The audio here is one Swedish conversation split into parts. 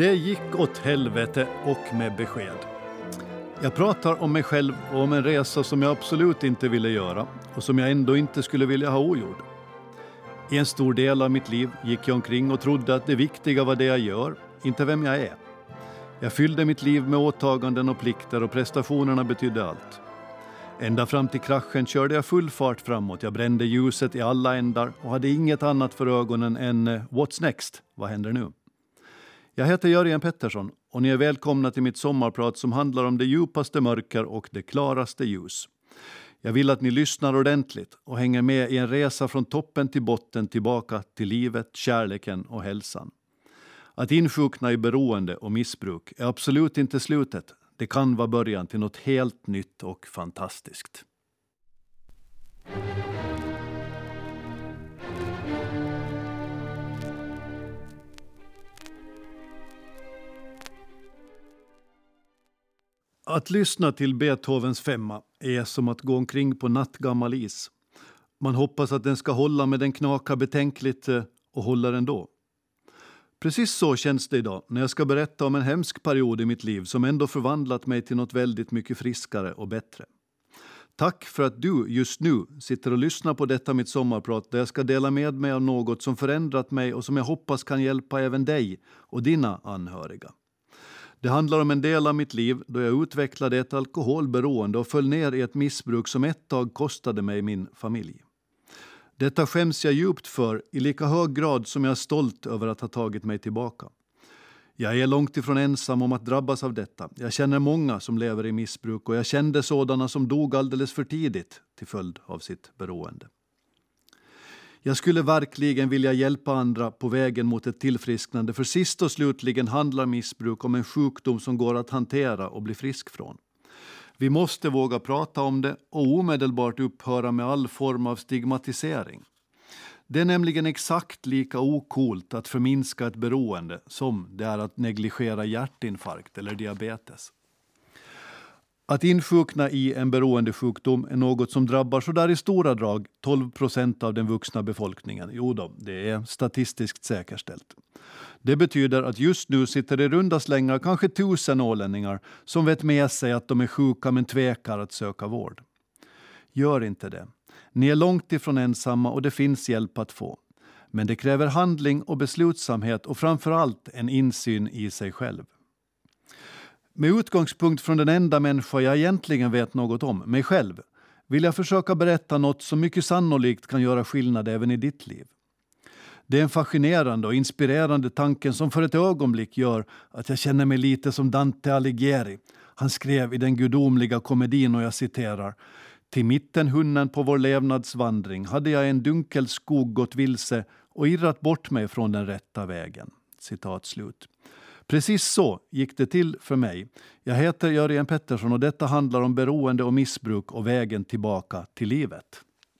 Det gick åt helvete och med besked. Jag pratar om mig själv och om en resa som jag absolut inte ville göra och som jag ändå inte skulle vilja ha ogjord. I en stor del av mitt liv gick jag omkring och trodde att det viktiga var det jag gör, inte vem jag är. Jag fyllde mitt liv med åtaganden och plikter och prestationerna betydde allt. Ända fram till kraschen körde jag full fart framåt. Jag brände ljuset i alla ändar och hade inget annat för ögonen än what's next? Vad händer nu? Jag heter Jörgen Pettersson och ni är välkomna till mitt sommarprat som handlar om det djupaste mörker och det klaraste ljus. Jag vill att ni lyssnar ordentligt och hänger med i en resa från toppen till botten tillbaka till livet, kärleken och hälsan. Att insjukna i beroende och missbruk är absolut inte slutet. Det kan vara början till något helt nytt och fantastiskt. Att lyssna till Beethovens femma är som att gå omkring på nattgammal is. Man hoppas att den ska hålla, men den knakar betänkligt och håller ändå. Precis så känns det idag när jag ska berätta om en hemsk period i mitt liv som ändå förvandlat mig till något väldigt mycket friskare och bättre. Tack för att du just nu sitter och lyssnar på detta mitt sommarprat där jag ska dela med mig av något som förändrat mig och som jag hoppas kan hjälpa även dig och dina anhöriga. Det handlar om en del av mitt liv då jag utvecklade ett alkoholberoende och föll ner i ett missbruk som ett tag kostade mig min familj. Detta skäms jag djupt för i lika hög grad som jag är stolt över att ha tagit mig tillbaka. Jag är långt ifrån ensam om att drabbas av detta. Jag känner många som lever i missbruk och jag kände sådana som dog alldeles för tidigt till följd av sitt beroende. Jag skulle verkligen vilja hjälpa andra på vägen mot ett tillfrisknande, för sist och slutligen handlar missbruk om en sjukdom som går att hantera och bli frisk från. Vi måste våga prata om det och omedelbart upphöra med all form av stigmatisering. Det är nämligen exakt lika okult att förminska ett beroende som det är att negligera hjärtinfarkt eller diabetes. Att insjukna i en beroendesjukdom är något som drabbar så där i stora drag 12% av den vuxna befolkningen. Jo då, det är statistiskt säkerställt. Det betyder att just nu sitter det runda slängar kanske 1000 ålänningar som vet med sig att de är sjuka men tvekar att söka vård. Gör inte det. Ni är långt ifrån ensamma och det finns hjälp att få. Men det kräver handling och beslutsamhet och framförallt en insyn i sig själv. Med utgångspunkt från den enda människa jag egentligen vet något om, mig själv, vill jag försöka berätta något som mycket sannolikt kan göra skillnad även i ditt liv. Det är en fascinerande och inspirerande tanke som för ett ögonblick gör att jag känner mig lite som Dante Alighieri. Han skrev i den gudomliga komedin, och jag citerar: "Till mitten hunnen på vår levnadsvandring hade jag en dunkel skog gått vilse och irrat bort mig från den rätta vägen." Citat slut. Precis så gick det till för mig. Jag heter Jörgen Pettersson och detta handlar om beroende och missbruk och vägen tillbaka till livet.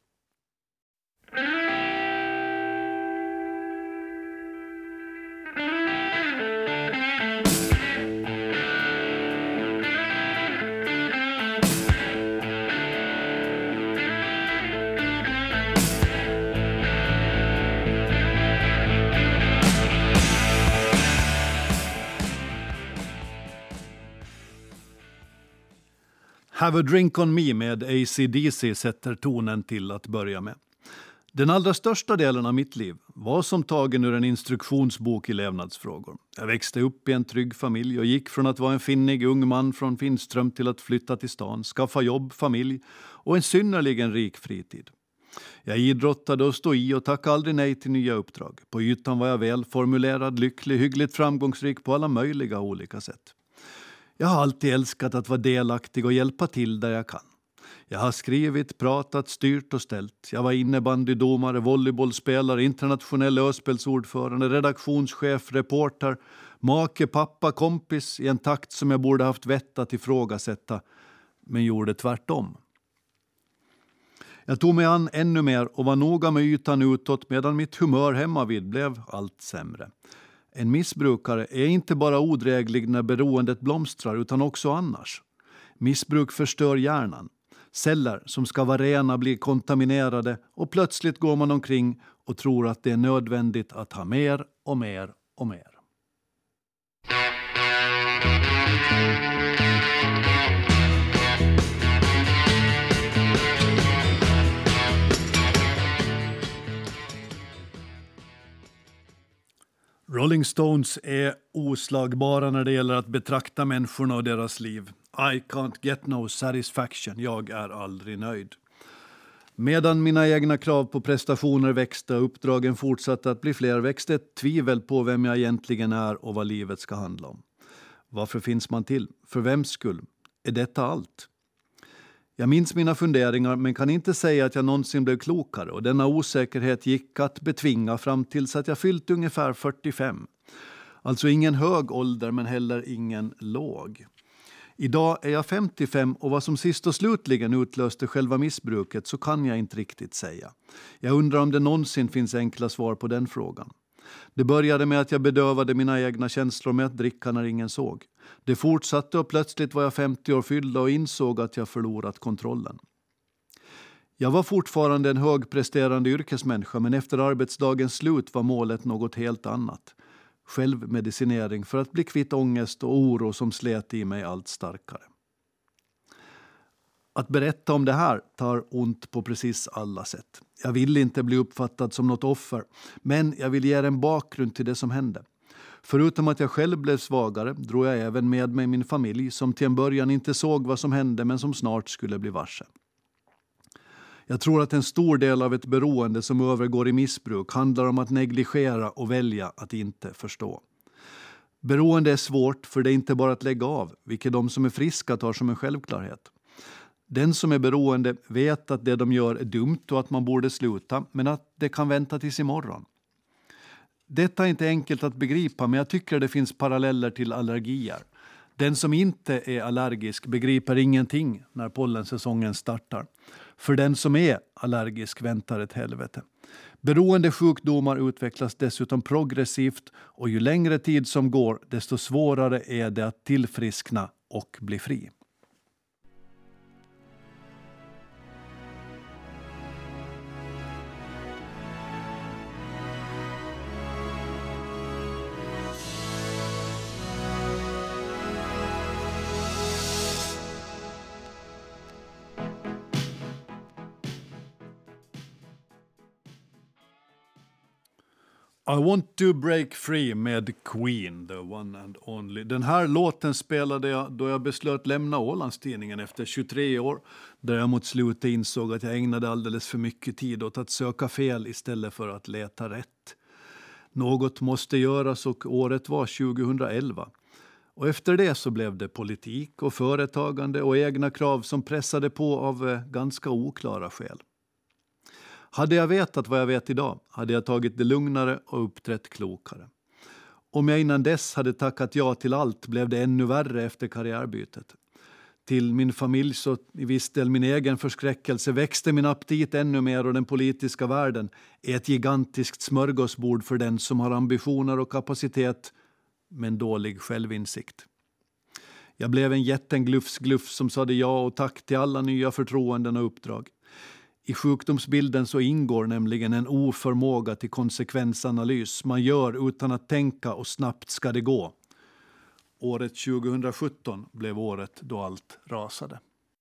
Have a drink on me med AC/DC sätter tonen till att börja med. Den allra största delen av mitt liv var som tagen ur en instruktionsbok i levnadsfrågor. Jag växte upp i en trygg familj och gick från att vara en finnig ung man från Finström till att flytta till stan, skaffa jobb, familj och en synnerligen rik fritid. Jag idrottade och stod i och tackade aldrig nej till nya uppdrag. På ytan var jag välformulerad, lycklig, hyggligt framgångsrik på alla möjliga olika sätt. Jag har alltid älskat att vara delaktig och hjälpa till där jag kan. Jag har skrivit, pratat, styrt och ställt. Jag var innebandydomare, volleybollspelare, internationell öspelsordförande, redaktionschef, reporter, make, pappa, kompis i en takt som jag borde haft vett att ifrågasätta, men gjorde tvärtom. Jag tog mig an ännu mer och var noga med ytan utåt medan mitt humör hemmavid blev allt sämre. En missbrukare är inte bara odräglig när beroendet blomstrar utan också annars. Missbruk förstör hjärnan. Celler som ska vara rena blir kontaminerade och plötsligt går man omkring och tror att det är nödvändigt att ha mer och mer och mer. Rolling Stones är oslagbara när det gäller att betrakta människorna och deras liv. I can't get no satisfaction, jag är aldrig nöjd. Medan mina egna krav på prestationer växte och uppdragen fortsatte att bli fler växte ett tvivel på vem jag egentligen är och vad livet ska handla om. Varför finns man till? För vems skull? Är detta allt? Jag minns mina funderingar men kan inte säga att jag någonsin blev klokare och denna osäkerhet gick att betvinga fram tills att jag fyllt ungefär 45. Alltså ingen hög ålder men heller ingen låg. Idag är jag 55 och vad som sist och slutligen utlöste själva missbruket så kan jag inte riktigt säga. Jag undrar om det någonsin finns enkla svar på den frågan. Det började med att jag bedövade mina egna känslor med att dricka när ingen såg. Det fortsatte och plötsligt var jag 50 år fyllda och insåg att jag förlorat kontrollen. Jag var fortfarande en högpresterande yrkesmänniska men efter arbetsdagens slut var målet något helt annat. Självmedicinering för att bli kvitt ångest och oro som slet i mig allt starkare. Att berätta om det här tar ont på precis alla sätt. Jag vill inte bli uppfattad som något offer, men jag vill ge en bakgrund till det som hände. Förutom att jag själv blev svagare drog jag även med mig min familj som till en början inte såg vad som hände men som snart skulle bli varse. Jag tror att en stor del av ett beroende som övergår i missbruk handlar om att negligera och välja att inte förstå. Beroende är svårt för det är inte bara att lägga av, vilket de som är friska tar som en självklarhet. Den som är beroende vet att det de gör är dumt och att man borde sluta, men att det kan vänta tills imorgon. Detta är inte enkelt att begripa, men jag tycker det finns paralleller till allergier. Den som inte är allergisk begriper ingenting när pollensäsongen startar. För den som är allergisk väntar ett helvete. Beroende sjukdomar utvecklas dessutom progressivt och ju längre tid som går desto svårare är det att tillfriskna och bli fri. I want to break free med Queen, the one and only. Den här låten spelade jag då jag beslöt lämna Ålandstidningen efter 23 år. Där jag mot slutet insåg att jag ägnade alldeles för mycket tid åt att söka fel istället för att leta rätt. Något måste göras och året var 2011. Och efter det så blev det politik och företagande och egna krav som pressade på av ganska oklara skäl. Hade jag vetat vad jag vet idag hade jag tagit det lugnare och uppträtt klokare. Om jag innan dess hade tackat ja till allt blev det ännu värre efter karriärbytet. Till min familj så i viss del min egen förskräckelse växte min aptit ännu mer och den politiska världen är ett gigantiskt smörgåsbord för den som har ambitioner och kapacitet men dålig självinsikt. Jag blev en jättenglufs som sade ja och tack till alla nya förtroenden och uppdrag. I sjukdomsbilden så ingår nämligen en oförmåga till konsekvensanalys. Man gör utan att tänka och snabbt ska det gå. Året 2017 blev året då allt rasade.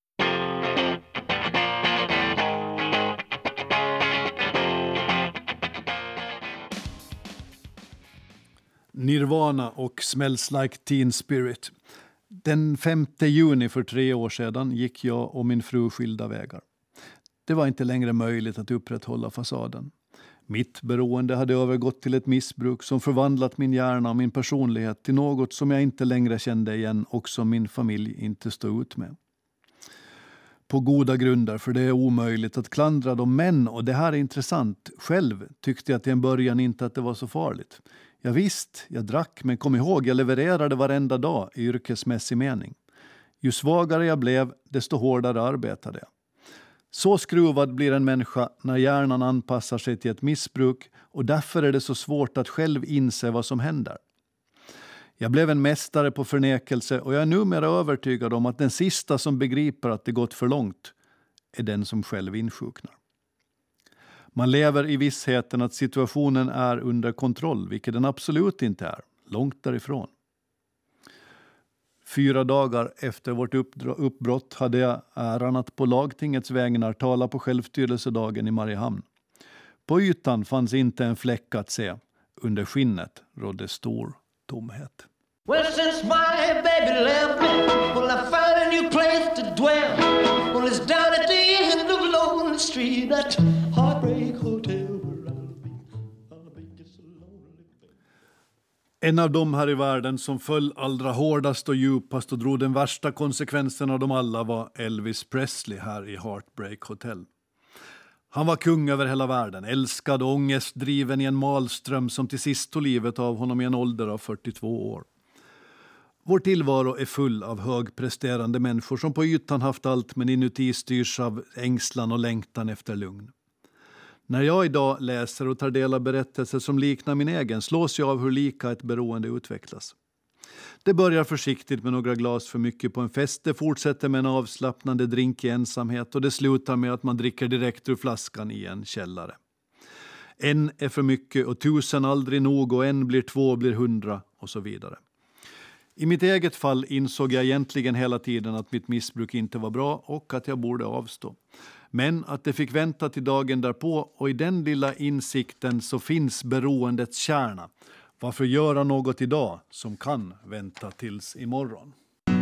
Nirvana och Smells Like Teen Spirit. Den 5 juni för 3 år sedan gick jag och min fru skilda vägar. Det var inte längre möjligt att upprätthålla fasaden. Mitt beroende hade övergått till ett missbruk som förvandlat min hjärna och min personlighet till något som jag inte längre kände igen och som min familj inte stod ut med. På goda grunder, för det är omöjligt att klandra dem, men, och det här är intressant, själv tyckte jag till en början inte att det var så farligt. Jag visst, jag drack, men kom ihåg, jag levererade varenda dag i yrkesmässig mening. Ju svagare jag blev, desto hårdare arbetade jag. Så skruvad blir en människa när hjärnan anpassar sig till ett missbruk och därför är det så svårt att själv inse vad som händer. Jag blev en mästare på förnekelse och jag är numera övertygad om att den sista som begriper att det gått för långt är den som själv insjuknar. Man lever i vissheten att situationen är under kontroll, vilket den absolut inte är, långt därifrån. 4 dagar efter vårt uppbrott hade jag äran att på lagtingets vägnar tala på självstyrelsedagen i Mariehamn. På ytan fanns inte en fläck att se. Under skinnet rådde stor tomhet. Well, since my baby left me, well, I found a new place to dwell. Well, it's down at the end of Lonely Street, that Heartbreak Hotel where I'll be just a lonely baby. En av dem här i världen som föll allra hårdast och djupast och drog den värsta konsekvensen av dem alla var Elvis Presley här i Heartbreak Hotel. Han var kung över hela världen, älskad och ångestdriven i en malström som till sist tog livet av honom i en ålder av 42 år. Vår tillvaro är full av högpresterande människor som på ytan haft allt men inuti styrs av ängslan och längtan efter lugn. När jag idag läser och tar del av berättelser som liknar min egen slås jag av hur lika ett beroende utvecklas. Det börjar försiktigt med några glas för mycket på en fest, det fortsätter med en avslappnande drink i ensamhet och det slutar med att man dricker direkt ur flaskan i en källare. En är för mycket och 1000 aldrig nog och 1 blir 2 blir 100 och så vidare. I mitt eget fall insåg jag egentligen hela tiden att mitt missbruk inte var bra och att jag borde avstå. Men att det fick vänta till dagen därpå och i den lilla insikten så finns beroendets kärna. Varför göra något idag som kan vänta tills imorgon?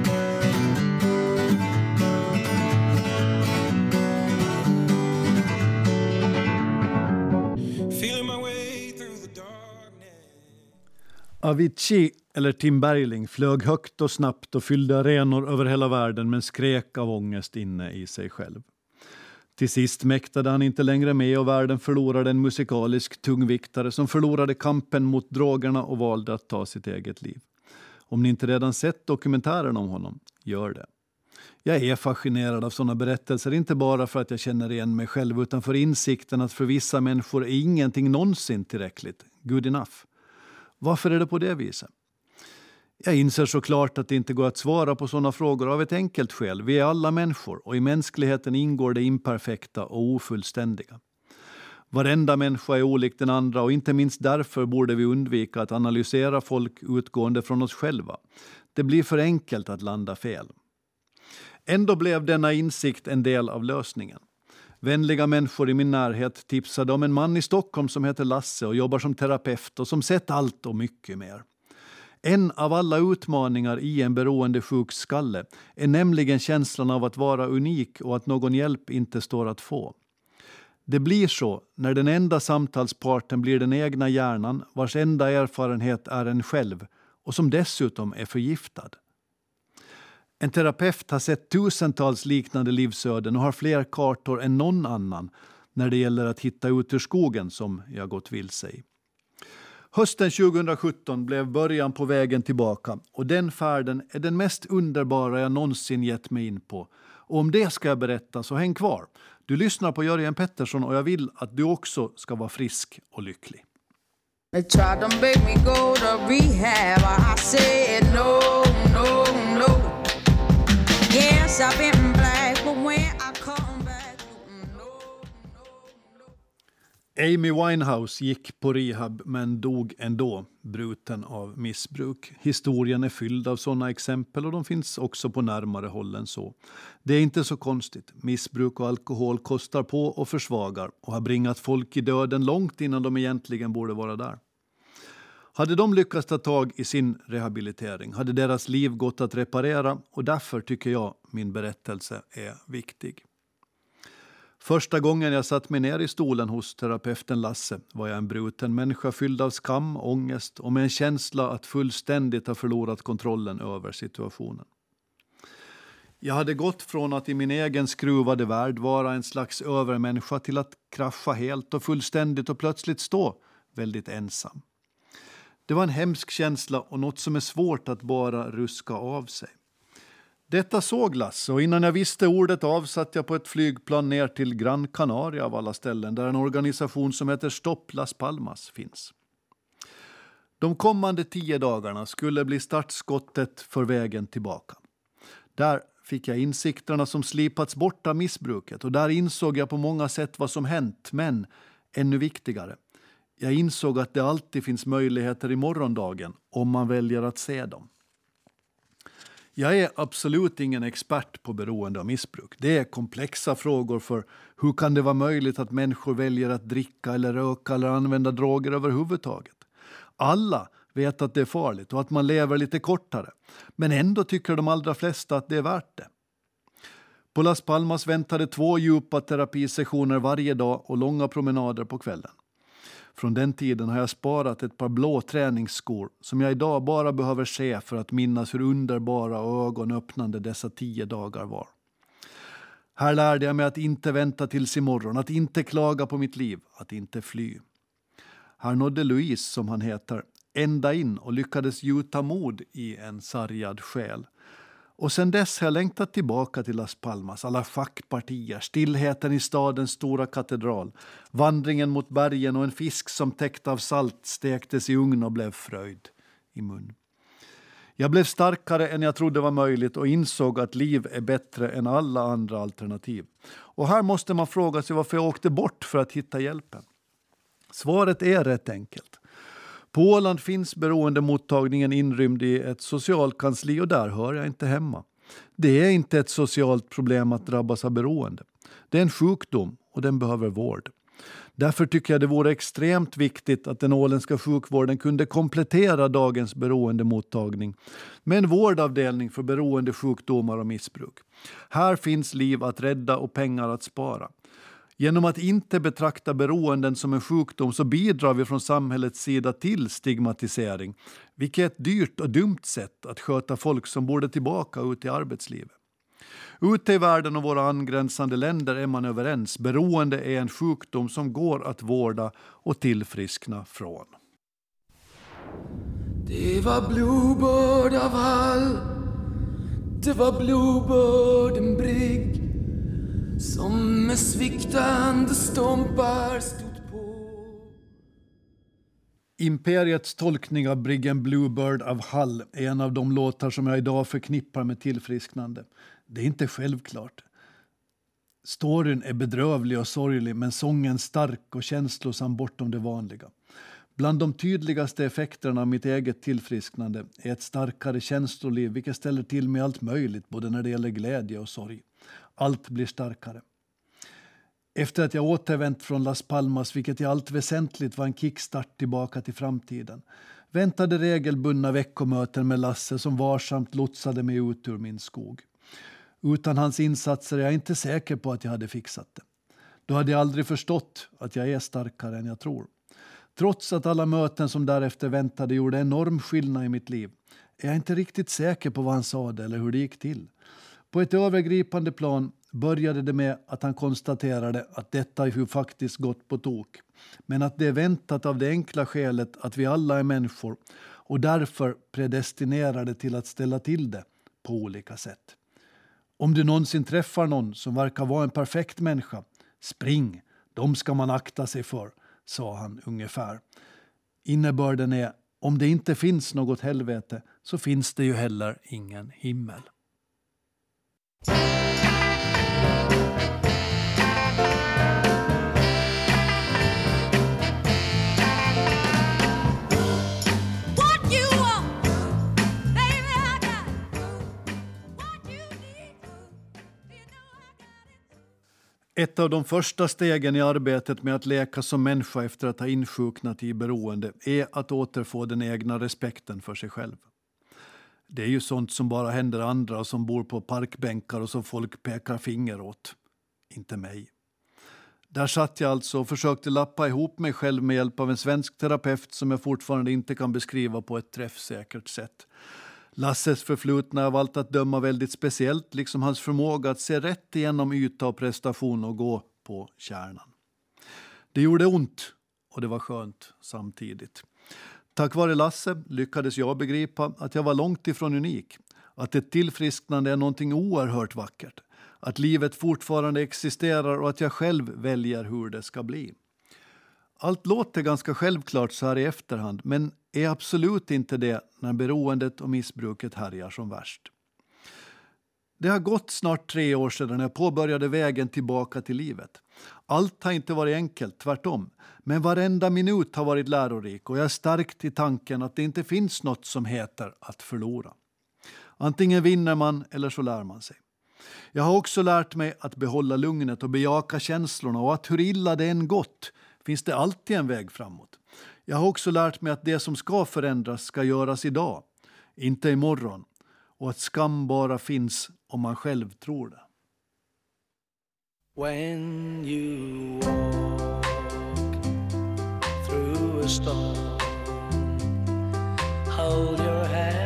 Avicii eller Tim Bergling flög högt och snabbt och fyllde arenor över hela världen men skrek av ångest inne i sig själv. Till sist mäktade han inte längre med och världen förlorade en musikalisk tungviktare som förlorade kampen mot drogerna och valde att ta sitt eget liv. Om ni inte redan sett dokumentären om honom, gör det. Jag är fascinerad av sådana berättelser, inte bara för att jag känner igen mig själv utan för insikten att för vissa människor är ingenting någonsin tillräckligt, good enough. Varför är det på det viset? Jag inser såklart att det inte går att svara på sådana frågor av ett enkelt skäl. Vi är alla människor och i mänskligheten ingår det imperfekta och ofullständiga. Varenda människa är olik den andra och inte minst därför borde vi undvika att analysera folk utgående från oss själva. Det blir för enkelt att landa fel. Ändå blev denna insikt en del av lösningen. Vänliga människor i min närhet tipsade om en man i Stockholm som heter Lasse och jobbar som terapeut och som sett allt och mycket mer. En av alla utmaningar i en beroendesjuk skalle är nämligen känslan av att vara unik och att någon hjälp inte står att få. Det blir så när den enda samtalsparten blir den egna hjärnan vars enda erfarenhet är en själv och som dessutom är förgiftad. En terapeut har sett tusentals liknande livsöden och har fler kartor än någon annan när det gäller att hitta ut ur skogen som jag gått vilse i. Hösten 2017 blev början på vägen tillbaka och den färden är den mest underbara jag någonsin gett mig in på. Och om det ska jag berätta så häng kvar. Du lyssnar på Jörgen Pettersson och jag vill att du också ska vara frisk och lycklig. They tried to make me go to rehab. I said no, no, no. Yes, I've been black, but when I come back, no, no, no. Amy Winehouse gick på rehab men dog ändå, bruten av missbruk. Historien är fylld av sådana exempel och de finns också på närmare håll än så. Det är inte så konstigt. Missbruk och alkohol kostar på och försvagar och har bringat folk i döden långt innan de egentligen borde vara där. Hade de lyckats ta tag i sin rehabilitering hade deras liv gått att reparera och därför tycker jag min berättelse är viktig. Första gången jag satt mig ner i stolen hos terapeuten Lasse var jag en bruten människa fylld av skam, ångest och med en känsla att fullständigt ha förlorat kontrollen över situationen. Jag hade gått från att i min egen skruvade värld vara en slags övermänniska till att krascha helt och fullständigt och plötsligt stå väldigt ensam. Det var en hemsk känsla och något som är svårt att bara ruska av sig. Detta såg Lasse och innan jag visste ordet avsatt jag på ett flygplan ner till Gran Canaria av alla ställen där en organisation som heter Stopp Las Palmas finns. De kommande 10 dagarna skulle bli startskottet för vägen tillbaka. Där fick jag insikterna som slipats bort av missbruket och där insåg jag på många sätt vad som hänt, men ännu viktigare. Jag insåg att det alltid finns möjligheter i morgondagen om man väljer att se dem. Jag är absolut ingen expert på beroende och missbruk. Det är komplexa frågor, för hur kan det vara möjligt att människor väljer att dricka eller röka eller använda droger överhuvudtaget? Alla vet att det är farligt och att man lever lite kortare. Men ändå tycker de allra flesta att det är värt det. På Las Palmas väntade 2 djupa terapisessioner varje dag och långa promenader på kvällen. Från den tiden har jag sparat ett par blå träningsskor som jag idag bara behöver se för att minnas hur underbara och ögonöppnande dessa 10 dagar var. Här lärde jag mig att inte vänta tills imorgon, att inte klaga på mitt liv, att inte fly. Här nådde Luis, som han heter, ända in och lyckades gjuta mod i en sargad själ. Och sen dess har jag längtat tillbaka till Las Palmas, alla schackpartier, stillheten i stadens stora katedral, vandringen mot bergen och en fisk som täckt av salt stektes i ugn och blev fröjd i mun. Jag blev starkare än jag trodde var möjligt och insåg att liv är bättre än alla andra alternativ. Och här måste man fråga sig varför jag åkte bort för att hitta hjälpen. Svaret är rätt enkelt. På Åland finns beroendemottagningen inrymd i ett socialkansli och där hör jag inte hemma. Det är inte ett socialt problem att drabbas av beroende. Det är en sjukdom och den behöver vård. Därför tycker jag det vore extremt viktigt att den åländska sjukvården kunde komplettera dagens beroendemottagning med en vårdavdelning för beroendesjukdomar och missbruk. Här finns liv att rädda och pengar att spara. Genom att inte betrakta beroenden som en sjukdom så bidrar vi från samhällets sida till stigmatisering, vilket är ett dyrt och dumt sätt att sköta folk som borde tillbaka ut i arbetslivet. Ute i världen och våra angränsande länder är man överens. Beroende är en sjukdom som går att vårda och tillfriskna från. Det var Bluebird av Hall, det var Bluebirden Brigg, som med sviktande stompar stod på. Imperiets tolkning av briggen Bluebird av Hall är en av de låtar som jag idag förknippar med tillfrisknande. Det är inte självklart. Storyn är bedrövlig och sorglig, men sången stark och känslosam bortom det vanliga. Bland de tydligaste effekterna av mitt eget tillfrisknande är ett starkare känsloliv, vilket ställer till med allt möjligt, både när det gäller glädje och sorg. Allt blir starkare. Efter att jag återvänt från Las Palmas, vilket i allt väsentligt var en kickstart tillbaka till framtiden, väntade regelbundna veckomöten med Lasse som varsamt lotsade mig ut ur min skog. Utan hans insatser är jag inte säker på att jag hade fixat det. Då hade jag aldrig förstått att jag är starkare än jag tror. Trots att alla möten som därefter väntade gjorde enorm skillnad i mitt liv, är jag inte riktigt säker på vad han sa eller hur det gick till. På ett övergripande plan började det med att han konstaterade att detta ju faktiskt gått på tok. Men att det är väntat av det enkla skälet att vi alla är människor och därför predestinerade till att ställa till det på olika sätt. Om du någonsin träffar någon som verkar vara en perfekt människa, spring, de ska man akta sig för, sa han ungefär. Innebörden är, om det inte finns något helvete så finns det ju heller ingen himmel. Ett av de första stegen i arbetet med att leka som människa efter att ha insjuknat i beroende är att återfå den egna respekten för sig själv. Det är ju sånt som bara händer andra och som bor på parkbänkar och som folk pekar finger åt. Inte mig. Där satt jag alltså och försökte lappa ihop mig själv med hjälp av en svensk terapeut som jag fortfarande inte kan beskriva på ett träffsäkert sätt. Lasses förflutna av allt att döma väldigt speciellt, liksom hans förmåga att se rätt igenom yta och prestation och gå på kärnan. Det gjorde ont och det var skönt samtidigt. Tack vare Lasse lyckades jag begripa att jag var långt ifrån unik. Att ett tillfrisknande är någonting oerhört vackert. Att livet fortfarande existerar och att jag själv väljer hur det ska bli. Allt låter ganska självklart så här i efterhand, men är absolut inte det när beroendet och missbruket härjar som värst. Det har gått snart 3 år sedan jag påbörjade vägen tillbaka till livet. Allt har inte varit enkelt, tvärtom. Men varenda minut har varit lärorik och jag är starkt i tanken att det inte finns något som heter att förlora. Antingen vinner man eller så lär man sig. Jag har också lärt mig att behålla lugnet och bejaka känslorna, och att hur illa det än gått finns det alltid en väg framåt. Jag har också lärt mig att det som ska förändras ska göras idag, inte imorgon, och att skam bara finns om man själv tror det. When you walk through a storm, hold your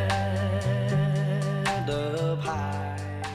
head up high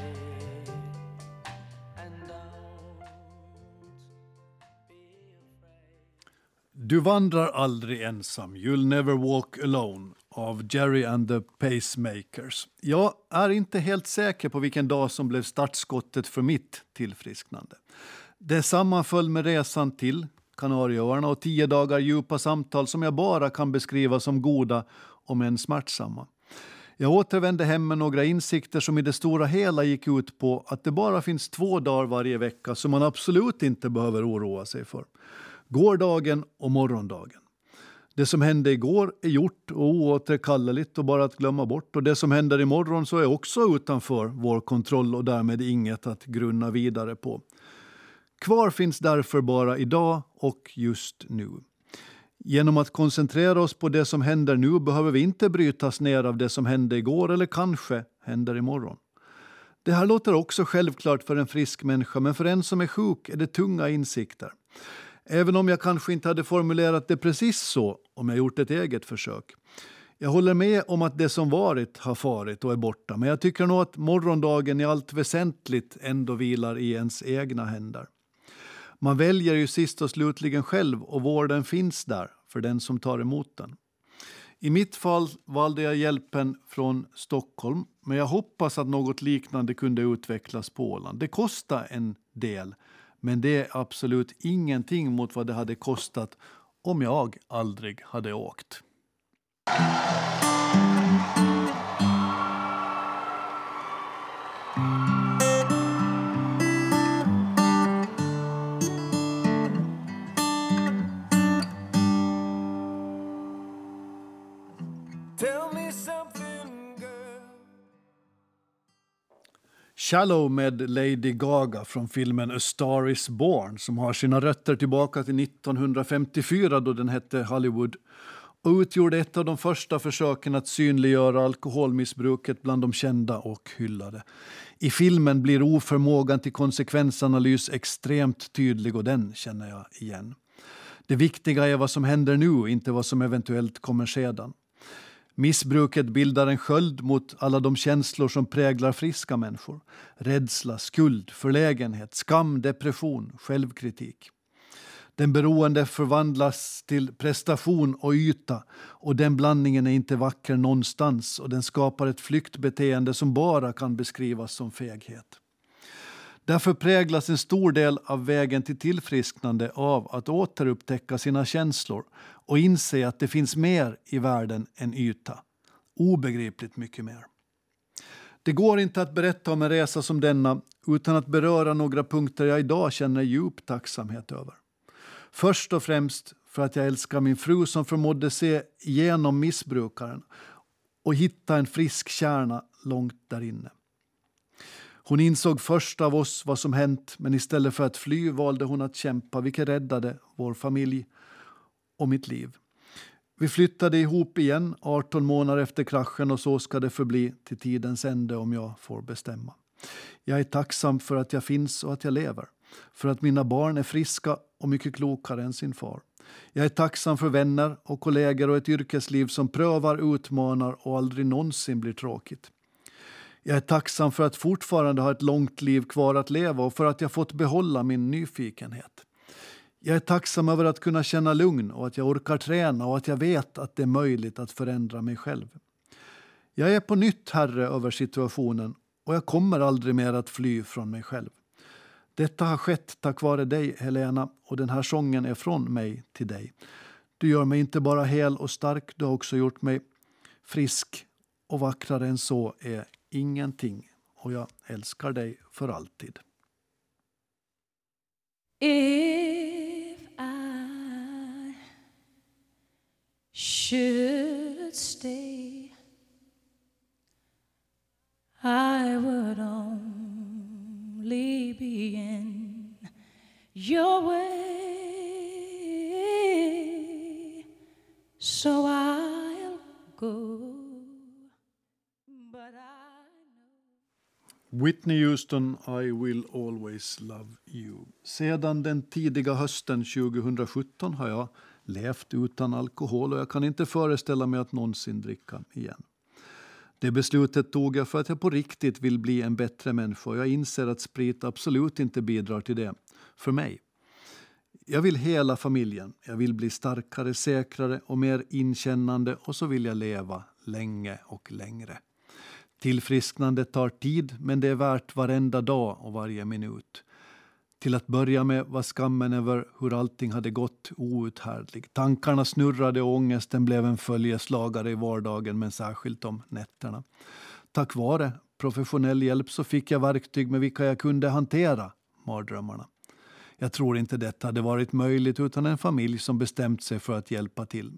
and don't be afraid. Du vandrar aldrig ensam, You'll never walk alone, av Jerry and the Pacemakers. Jag är inte helt säker på vilken dag som blev startskottet för mitt tillfrisknande. Det sammanföll med resan till Kanarieöarna och 10 dagar djupa samtal som jag bara kan beskriva som goda, om än smärtsamma. Jag återvände hem med några insikter som i det stora hela gick ut på att det bara finns 2 dagar varje vecka som man absolut inte behöver oroa sig för. Gårdagen och morgondagen. Det som hände igår är gjort och oåterkalleligt och bara att glömma bort. Och det som händer imorgon så är också utanför vår kontroll och därmed inget att grunna vidare på. Kvar finns därför bara idag och just nu. Genom att koncentrera oss på det som händer nu behöver vi inte brytas ner av det som hände igår eller kanske händer imorgon. Det här låter också självklart för en frisk människa, men för en som är sjuk är det tunga insikter. Även om jag kanske inte hade formulerat det precis så om jag gjort ett eget försök. Jag håller med om att det som varit har farit och är borta, men jag tycker nog att morgondagen i allt väsentligt ändå vilar i ens egna händer. Man väljer ju sist och slutligen själv, och vården finns där för den som tar emot den. I mitt fall valde jag hjälpen från Stockholm, men jag hoppas att något liknande kunde utvecklas på Åland. Det kostar en del, men det är absolut ingenting mot vad det hade kostat om jag aldrig hade åkt. Shallow med Lady Gaga från filmen A Star is Born, som har sina rötter tillbaka till 1954 då den hette Hollywood, och utgjorde ett av de första försöken att synliggöra alkoholmissbruket bland de kända och hyllade. I filmen blir oförmågan till konsekvensanalys extremt tydlig, och den känner jag igen. Det viktiga är vad som händer nu, inte vad som eventuellt kommer sedan. Missbruket bildar en sköld mot alla de känslor som präglar friska människor. Rädsla, skuld, förlägenhet, skam, depression, självkritik. Den beroende förvandlas till prestation och yta, och den blandningen är inte vacker någonstans, och den skapar ett flyktbeteende som bara kan beskrivas som feghet. Därför präglas en stor del av vägen till tillfrisknande av att återupptäcka sina känslor och inse att det finns mer i världen än yta. Obegripligt mycket mer. Det går inte att berätta om en resa som denna utan att beröra några punkter jag idag känner djup tacksamhet över. Först och främst för att jag älskar min fru som förmådde se igenom missbrukaren och hitta en frisk kärna långt där inne. Hon insåg först av oss vad som hänt, men istället för att fly valde hon att kämpa, vilket räddade vår familj och mitt liv. Vi flyttade ihop igen 18 månader efter kraschen, och så ska det förbli till tidens ände om jag får bestämma. Jag är tacksam för att jag finns och att jag lever. För att mina barn är friska och mycket klokare än sin far. Jag är tacksam för vänner och kollegor och ett yrkesliv som prövar, utmanar och aldrig någonsin blir tråkigt. Jag är tacksam för att fortfarande ha ett långt liv kvar att leva och för att jag fått behålla min nyfikenhet. Jag är tacksam över att kunna känna lugn och att jag orkar träna och att jag vet att det är möjligt att förändra mig själv. Jag är på nytt herre över situationen och jag kommer aldrig mer att fly från mig själv. Detta har skett tack vare dig, Helena, och den här sången är från mig till dig. Du gör mig inte bara hel och stark, du har också gjort mig frisk, och vackrare än så är ingenting, och jag älskar dig för alltid. If I should stay, go, but I know. Whitney Houston, I will always love you. Sedan den tidiga hösten 2017 har jag levt utan alkohol och jag kan inte föreställa mig att någonsin dricka igen. Det beslutet tog jag för att jag på riktigt vill bli en bättre människa och jag inser att sprit absolut inte bidrar till det. För mig. Jag vill hela familjen. Jag vill bli starkare, säkrare och mer inkännande och så vill jag leva länge och längre. Tillfrisknandet tar tid men det är värt varenda dag och varje minut. Till att börja med var skammen över hur allting hade gått outhärdlig. Tankarna snurrade och ångesten blev en följeslagare i vardagen men särskilt om nätterna. Tack vare professionell hjälp så fick jag verktyg med vilka jag kunde hantera mardrömmarna. Jag tror inte detta hade varit möjligt utan en familj som bestämt sig för att hjälpa till.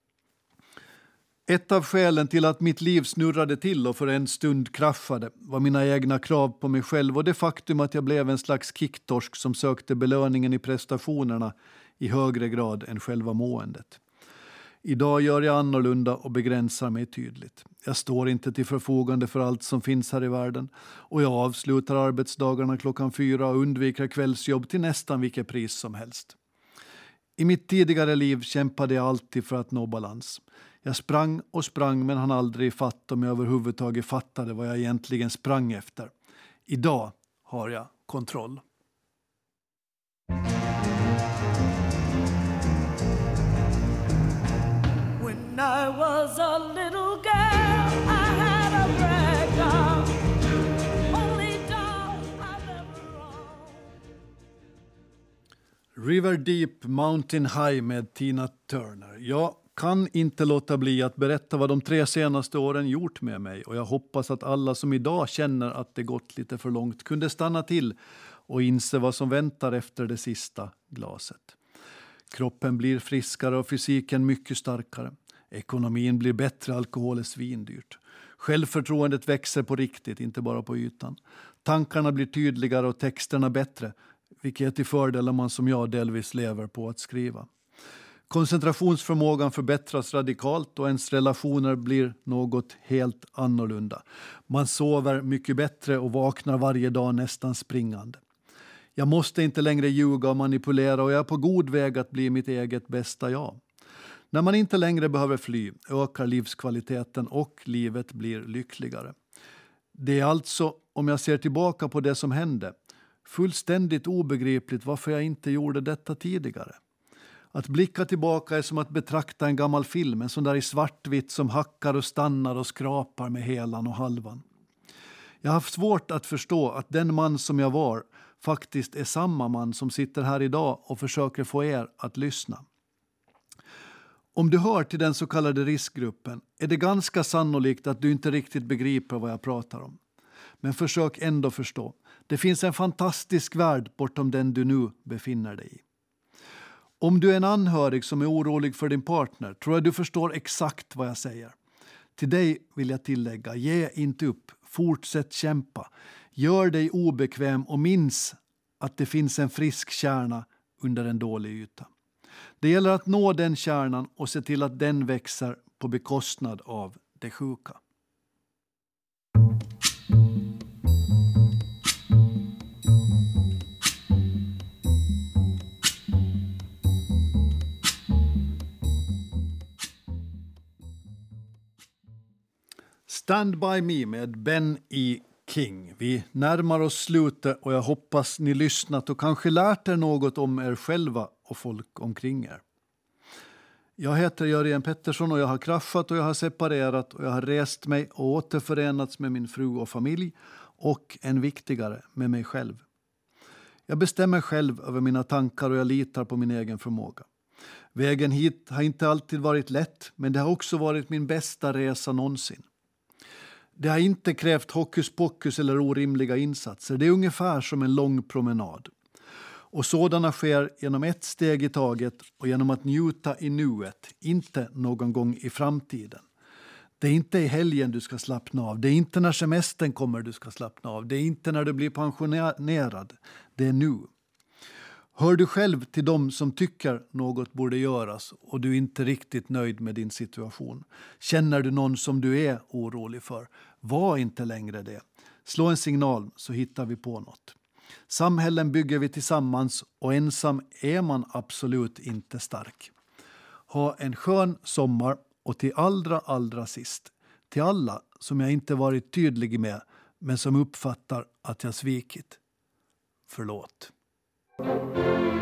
Ett av skälen till att mitt liv snurrade till och för en stund kraschade var mina egna krav på mig själv och det faktum att jag blev en slags kicktorsk som sökte belöningen i prestationerna i högre grad än själva måendet. Idag gör jag annorlunda och begränsar mig tydligt. Jag står inte till förfogande för allt som finns här i världen och jag avslutar arbetsdagarna 4:00 och undviker kvällsjobb till nästan vilket pris som helst. I mitt tidigare liv kämpade jag alltid för att nå balans. Jag sprang och sprang men han aldrig fatt om jag överhuvudtaget fattade vad jag egentligen sprang efter. Idag har jag kontroll. When I was a little girl, I had a rag doll, only doll I've ever owned. River Deep Mountain High med Tina Turner. Jag kan inte låta bli att berätta vad de 3 senaste åren gjort med mig och jag hoppas att alla som idag känner att det gått lite för långt kunde stanna till och inse vad som väntar efter det sista glaset. Kroppen blir friskare och fysiken mycket starkare. Ekonomin blir bättre, alkohol är svindyrt. Självförtroendet växer på riktigt, inte bara på ytan. Tankarna blir tydligare och texterna bättre, vilket är till fördel om man som jag delvis lever på att skriva. Koncentrationsförmågan förbättras radikalt och ens relationer blir något helt annorlunda. Man sover mycket bättre och vaknar varje dag nästan springande. Jag måste inte längre ljuga och manipulera och jag är på god väg att bli mitt eget bästa jag. När man inte längre behöver fly ökar livskvaliteten och livet blir lyckligare. Det är alltså, om jag ser tillbaka på det som hände, fullständigt obegripligt varför jag inte gjorde detta tidigare. Att blicka tillbaka är som att betrakta en gammal film, en sån där i svartvitt som hackar och stannar och skrapar med helan och halvan. Jag har haft svårt att förstå att den man som jag var faktiskt är samma man som sitter här idag och försöker få er att lyssna. Om du hör till den så kallade riskgruppen är det ganska sannolikt att du inte riktigt begriper vad jag pratar om. Men försök ändå förstå. Det finns en fantastisk värld bortom den du nu befinner dig i. Om du är en anhörig som är orolig för din partner tror jag du förstår exakt vad jag säger. Till dig vill jag tillägga, ge inte upp, fortsätt kämpa. Gör dig obekväm och minns att det finns en frisk kärna under en dålig yta. Det gäller att nå den kärnan och se till att den växer på bekostnad av det sjuka. Stand by me med Ben E. King. Vi närmar oss slutet och jag hoppas ni lyssnat och kanske lärt er något om er själva och folk omkring er. Jag heter Jörgen Pettersson och jag har kraschat och jag har separerat och jag har rest mig och återförenats med min fru och familj och än viktigare med mig själv. Jag bestämmer själv över mina tankar och jag litar på min egen förmåga. Vägen hit har inte alltid varit lätt men det har också varit min bästa resa någonsin. Det har inte krävt hokus pokus eller orimliga insatser. Det är ungefär som en lång promenad. Och sådana sker genom ett steg i taget och genom att njuta i nuet, inte någon gång i framtiden. Det är inte i helgen du ska slappna av. Det är inte när semestern kommer du ska slappna av. Det är inte när du blir pensionerad. Det är nu. Hör du själv till dem som tycker något borde göras och du är inte riktigt nöjd med din situation? Känner du någon som du är orolig för? Var inte längre det. Slå en signal så hittar vi på något. Samhällen bygger vi tillsammans och ensam är man absolut inte stark. Ha en skön sommar och till allra sist, till alla som jag inte varit tydlig med men som uppfattar att jag svikit. Förlåt.